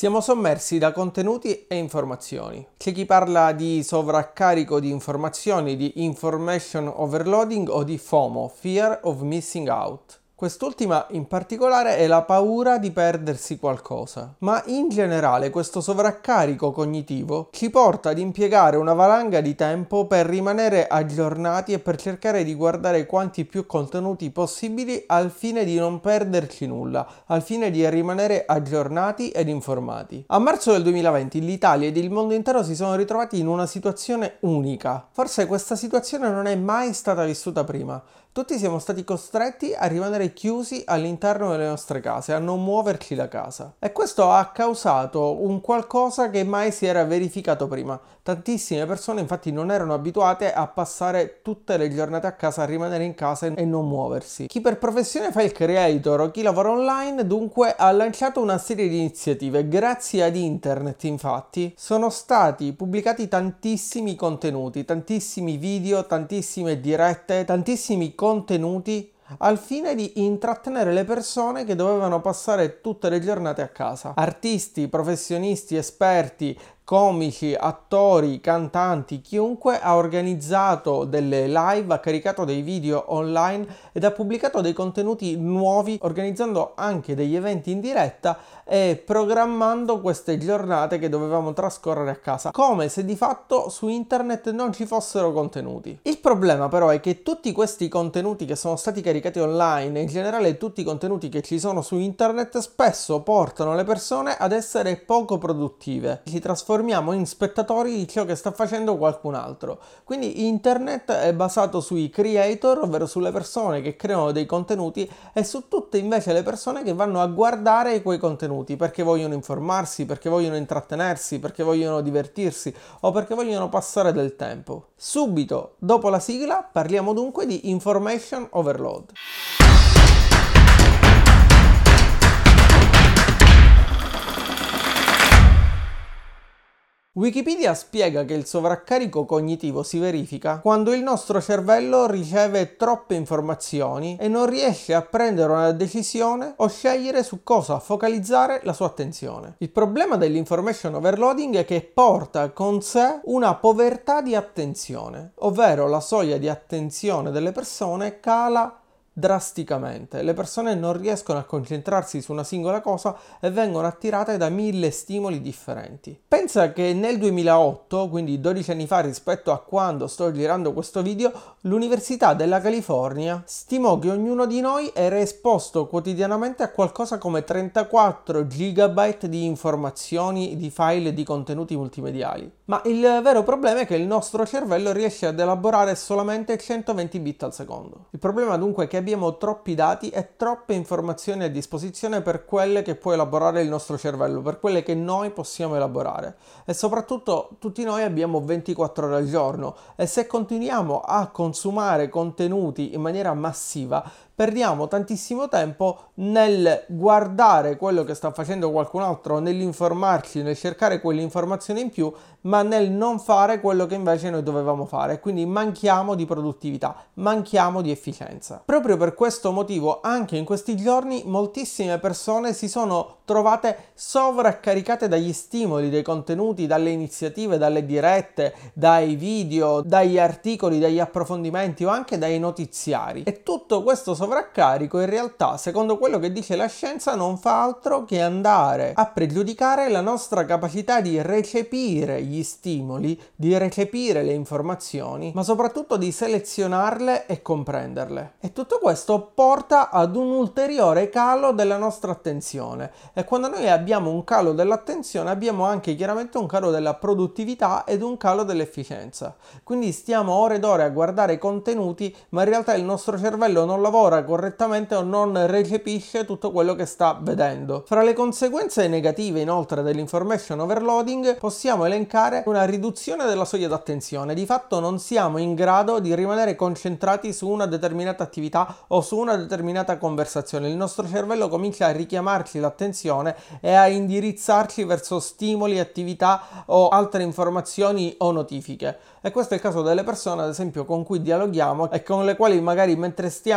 Siamo sommersi da contenuti e informazioni. C'è chi parla di sovraccarico di informazioni, di information overloading o di FOMO, Fear of Missing Out. Quest'ultima in particolare è la paura di perdersi qualcosa, ma in generale questo sovraccarico cognitivo ci porta ad impiegare una valanga di tempo per rimanere aggiornati e per cercare di guardare quanti più contenuti possibili al fine di non perderci nulla, al fine di rimanere aggiornati ed informati. A marzo del 2020 l'Italia ed il mondo intero si sono ritrovati in una situazione unica. Forse questa situazione non è mai stata vissuta prima. Tutti siamo stati costretti a rimanere chiusi all'interno delle nostre case, a non muoverci da casa. E questo ha causato un qualcosa che mai si era verificato prima. Tantissime persone infatti non erano abituate a passare tutte le giornate a casa, a rimanere in casa e non muoversi. Chi per professione fa il creator o chi lavora online dunque ha lanciato una serie di iniziative. Grazie ad internet infatti sono stati pubblicati tantissimi contenuti, tantissimi video, tantissime dirette, tantissimi contenuti al fine di intrattenere le persone che dovevano passare tutte le giornate a casa. Artisti, professionisti, esperti, comici, attori, cantanti, chiunque ha organizzato delle live, ha caricato dei video online ed ha pubblicato dei contenuti nuovi, organizzando anche degli eventi in diretta e programmando queste giornate che dovevamo trascorrere a casa, come se di fatto su internet non ci fossero contenuti. Il problema però è che tutti questi contenuti che sono stati caricati online e in generale tutti i contenuti che ci sono su internet spesso portano le persone ad essere poco produttive. Si trasformano in spettatori di ciò che sta facendo qualcun altro. Quindi internet è basato sui creator, ovvero sulle persone che creano dei contenuti, e su tutte invece le persone che vanno a guardare quei contenuti perché vogliono informarsi, perché vogliono intrattenersi, perché vogliono divertirsi o perché vogliono passare del tempo. Subito dopo la sigla parliamo dunque di information overload. Wikipedia spiega che il sovraccarico cognitivo si verifica quando il nostro cervello riceve troppe informazioni e non riesce a prendere una decisione o scegliere su cosa focalizzare la sua attenzione. Il problema dell'information overloading è che porta con sé una povertà di attenzione, ovvero la soglia di attenzione delle persone cala drasticamente. Le persone non riescono a concentrarsi su una singola cosa e vengono attirate da 1000 stimoli differenti. Pensa che nel 2008, quindi 12 anni fa rispetto a quando sto girando questo video, l'Università della California stimò che ognuno di noi era esposto quotidianamente a qualcosa come 34 gigabyte di informazioni, di file e di contenuti multimediali. Ma il vero problema è che il nostro cervello riesce ad elaborare solamente 120 bit al secondo. Il problema dunque è che abbiamo troppi dati e troppe informazioni a disposizione per quelle che può elaborare il nostro cervello, per quelle che noi possiamo elaborare. E soprattutto tutti noi abbiamo 24 ore al giorno e se continuiamo a consumare contenuti in maniera massiva, perdiamo tantissimo tempo nel guardare quello che sta facendo qualcun altro, nell'informarci, nel cercare quell'informazione in più, ma nel non fare quello che invece noi dovevamo fare. Quindi manchiamo di produttività, manchiamo di efficienza. Proprio per questo motivo, anche in questi giorni, moltissime persone si sono trovate sovraccaricate dagli stimoli, dai contenuti, dalle iniziative, dalle dirette, dai video, dagli articoli, dagli approfondimenti o anche dai notiziari. E tutto questo sovraccarico in realtà, secondo quello che dice la scienza, non fa altro che andare a pregiudicare la nostra capacità di recepire gli stimoli, di recepire le informazioni, ma soprattutto di selezionarle e comprenderle. E tutto questo porta ad un ulteriore calo della nostra attenzione. E quando noi abbiamo un calo dell'attenzione abbiamo anche chiaramente un calo della produttività ed un calo dell'efficienza. Quindi stiamo ore ed ore a guardare contenuti, ma in realtà il nostro cervello non lavora correttamente o non recepisce tutto quello che sta vedendo. Fra le conseguenze negative inoltre dell'information overloading possiamo elencare una riduzione della soglia d'attenzione. Di fatto non siamo in grado di rimanere concentrati su una determinata attività o su una determinata conversazione. Il nostro cervello comincia a richiamarci l'attenzione e a indirizzarci verso stimoli, attività o altre informazioni o notifiche. E questo è il caso delle persone, ad esempio, con cui dialoghiamo e con le quali magari mentre stiamo dialogando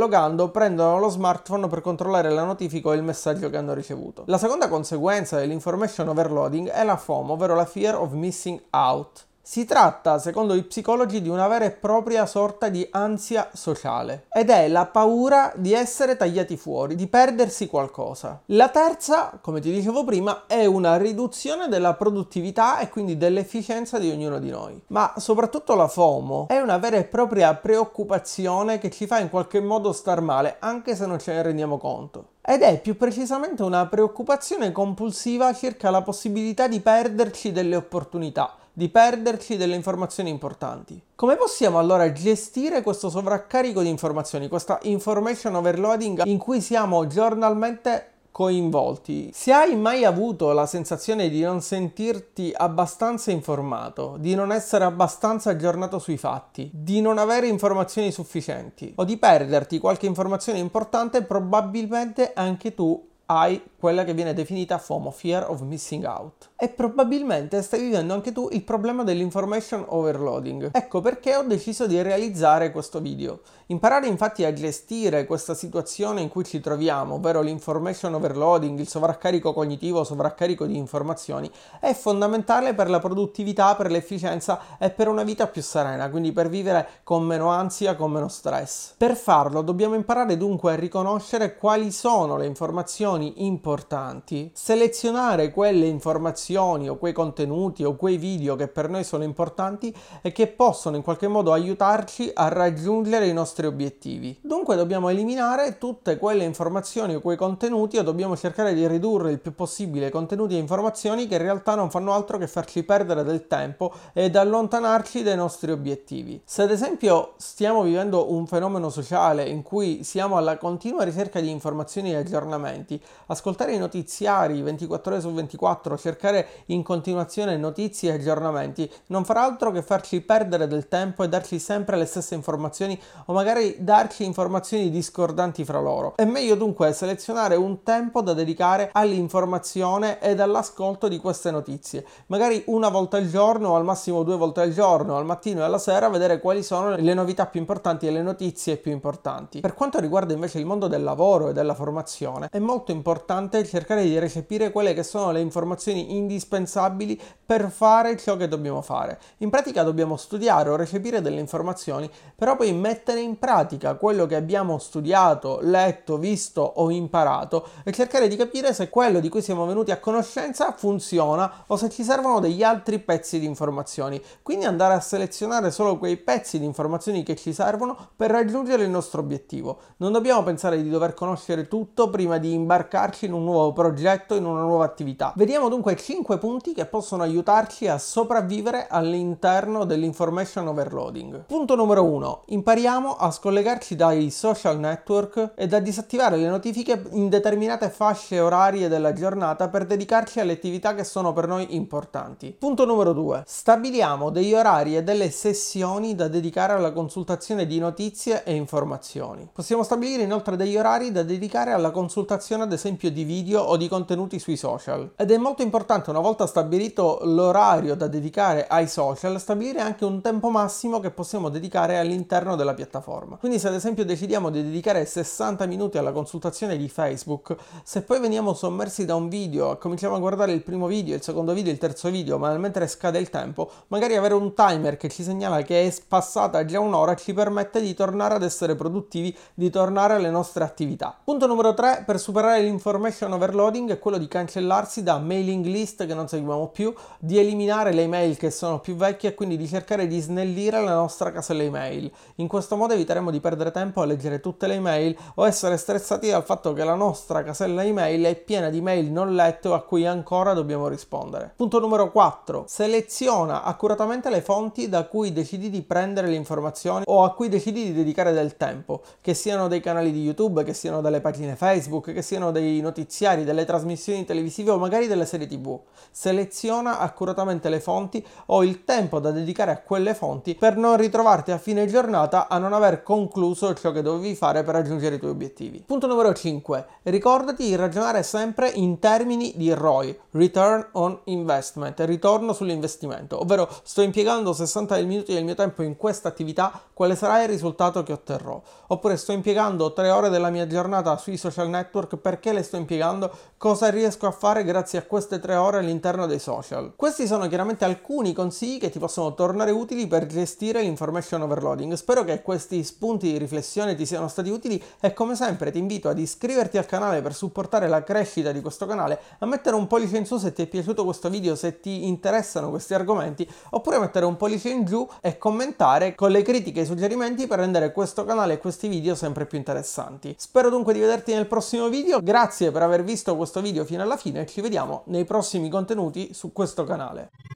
dialogando prendono lo smartphone per controllare la notifica o il messaggio che hanno ricevuto. La seconda conseguenza dell'information overloading è la FOMO, ovvero la fear of missing out. Si tratta, secondo i psicologi, di una vera e propria sorta di ansia sociale ed è la paura di essere tagliati fuori, di perdersi qualcosa. La terza, come ti dicevo prima, è una riduzione della produttività e quindi dell'efficienza di ognuno di noi. Ma soprattutto la FOMO è una vera e propria preoccupazione che ci fa in qualche modo star male, anche se non ce ne rendiamo conto. Ed è più precisamente una preoccupazione compulsiva circa la possibilità di perderci delle opportunità, di perderci delle informazioni importanti. Come possiamo allora gestire questo sovraccarico di informazioni, questa information overloading in cui siamo giornalmente coinvolti? Se hai mai avuto la sensazione di non sentirti abbastanza informato, di non essere abbastanza aggiornato sui fatti, di non avere informazioni sufficienti o di perderti qualche informazione importante, probabilmente anche tu hai quella che viene definita FOMO, Fear of Missing Out. E probabilmente stai vivendo anche tu il problema dell'information overloading. Ecco perché ho deciso di realizzare questo video. Imparare infatti a gestire questa situazione in cui ci troviamo, ovvero l'information overloading, il sovraccarico cognitivo, sovraccarico di informazioni, è fondamentale per la produttività, per l'efficienza e per una vita più serena, quindi per vivere con meno ansia, con meno stress. Per farlo dobbiamo imparare dunque a riconoscere quali sono le informazioni importanti, selezionare quelle informazioni o quei contenuti o quei video che per noi sono importanti e che possono in qualche modo aiutarci a raggiungere i nostri obiettivi. Dunque dobbiamo eliminare tutte quelle informazioni o quei contenuti o dobbiamo cercare di ridurre il più possibile contenuti e informazioni che in realtà non fanno altro che farci perdere del tempo ed allontanarci dai nostri obiettivi. Se ad esempio stiamo vivendo un fenomeno sociale in cui siamo alla continua ricerca di informazioni e aggiornamenti, ascoltare i notiziari 24 ore su 24, cercare in continuazione notizie e aggiornamenti non farà altro che farci perdere del tempo e darci sempre le stesse informazioni o magari darci informazioni discordanti fra loro. È meglio dunque selezionare un tempo da dedicare all'informazione ed all'ascolto di queste notizie, magari una volta al giorno o al massimo 2 volte al giorno, al mattino e alla sera, vedere quali sono le novità più importanti e le notizie più importanti. Per quanto riguarda invece il mondo del lavoro e della formazione, è molto importante cercare di recepire quelle che sono le informazioni indispensabili per fare ciò che dobbiamo fare. In pratica dobbiamo studiare o recepire delle informazioni, però poi mettere in pratica quello che abbiamo studiato, letto, visto o imparato e cercare di capire se quello di cui siamo venuti a conoscenza funziona o se ci servono degli altri pezzi di informazioni. Quindi andare a selezionare solo quei pezzi di informazioni che ci servono per raggiungere il nostro obiettivo. Non dobbiamo pensare di dover conoscere tutto prima di imbarcarci in un nuovo progetto, in una nuova attività. Vediamo dunque 5 punti che possono aiutarci a sopravvivere all'interno dell'information overloading. Punto numero 1. Impariamo a scollegarci dai social network e a disattivare le notifiche in determinate fasce orarie della giornata per dedicarci alle attività che sono per noi importanti. Punto numero 2. Stabiliamo degli orari e delle sessioni da dedicare alla consultazione di notizie e informazioni. Possiamo stabilire inoltre degli orari da dedicare alla consultazione ad esempio di video o di contenuti sui social. Ed è molto importante, una volta stabilito l'orario da dedicare ai social, stabilire anche un tempo massimo che possiamo dedicare all'interno della piattaforma. Quindi se ad esempio decidiamo di dedicare 60 minuti alla consultazione di Facebook, se poi veniamo sommersi da un video e cominciamo a guardare il primo video, il secondo video, il terzo video, ma mentre scade il tempo, magari avere un timer che ci segnala che è passata già un'ora ci permette di tornare ad essere produttivi, di tornare alle nostre attività. Punto numero 3 per superare l'information overloading è quello di cancellarsi da mailing list che non seguiamo più, di eliminare le email che sono più vecchie e quindi di cercare di snellire la nostra casella email. In questo modo eviteremo di perdere tempo a leggere tutte le email o essere stressati dal fatto che la nostra casella email è piena di mail non lette o a cui ancora dobbiamo rispondere. Punto numero 4. Seleziona accuratamente le fonti da cui decidi di prendere le informazioni o a cui decidi di dedicare del tempo, che siano dei canali di YouTube, che siano delle pagine Facebook, che siano all'interno dei notiziari, delle trasmissioni televisive o magari delle serie TV. Seleziona accuratamente le fonti o il tempo da dedicare a quelle fonti per non ritrovarti a fine giornata a non aver concluso ciò che dovevi fare per raggiungere i tuoi obiettivi. Punto numero 5. Ricordati di ragionare sempre in termini di ROI, Return on Investment, ritorno sull'investimento, ovvero sto impiegando 60 minuti del mio tempo in questa attività, quale sarà il risultato che otterrò? Oppure sto impiegando 3 ore della mia giornata sui social network, perché le sto impiegando? Cosa riesco a fare grazie a queste 3 ore all'interno dei social? Questi sono chiaramente alcuni consigli che ti possono tornare utili per gestire l'information overloading. Spero che questi spunti di riflessione ti siano stati utili e come sempre ti invito ad iscriverti al canale per supportare la crescita di questo canale, a mettere un pollice in su se ti è piaciuto questo video, se ti interessano questi argomenti, oppure mettere un pollice in giù e commentare con le critiche e i suggerimenti per rendere questo canale e questi video sempre più interessanti. Spero dunque di vederti nel prossimo video, grazie per aver visto questo video fino alla fine e ci vediamo nei prossimi contenuti su questo canale.